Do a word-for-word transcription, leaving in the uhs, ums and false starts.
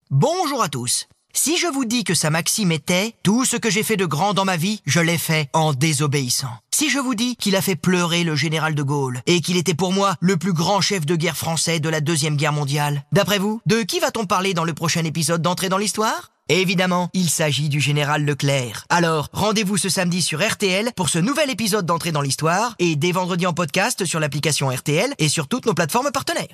Bonjour à tous. Si je vous dis que sa maxime était « Tout ce que j'ai fait de grand dans ma vie, je l'ai fait en désobéissant ». Si je vous dis qu'il a fait pleurer le général de Gaulle et qu'il était pour moi le plus grand chef de guerre français de la Deuxième Guerre mondiale, d'après vous, de qui va-t-on parler dans le prochain épisode d'Entrée dans l'Histoire ? Évidemment, il s'agit du général Leclerc. Alors, rendez-vous ce samedi sur R T L pour ce nouvel épisode d'Entrée dans l'Histoire et dès vendredi en podcast sur l'application R T L et sur toutes nos plateformes partenaires.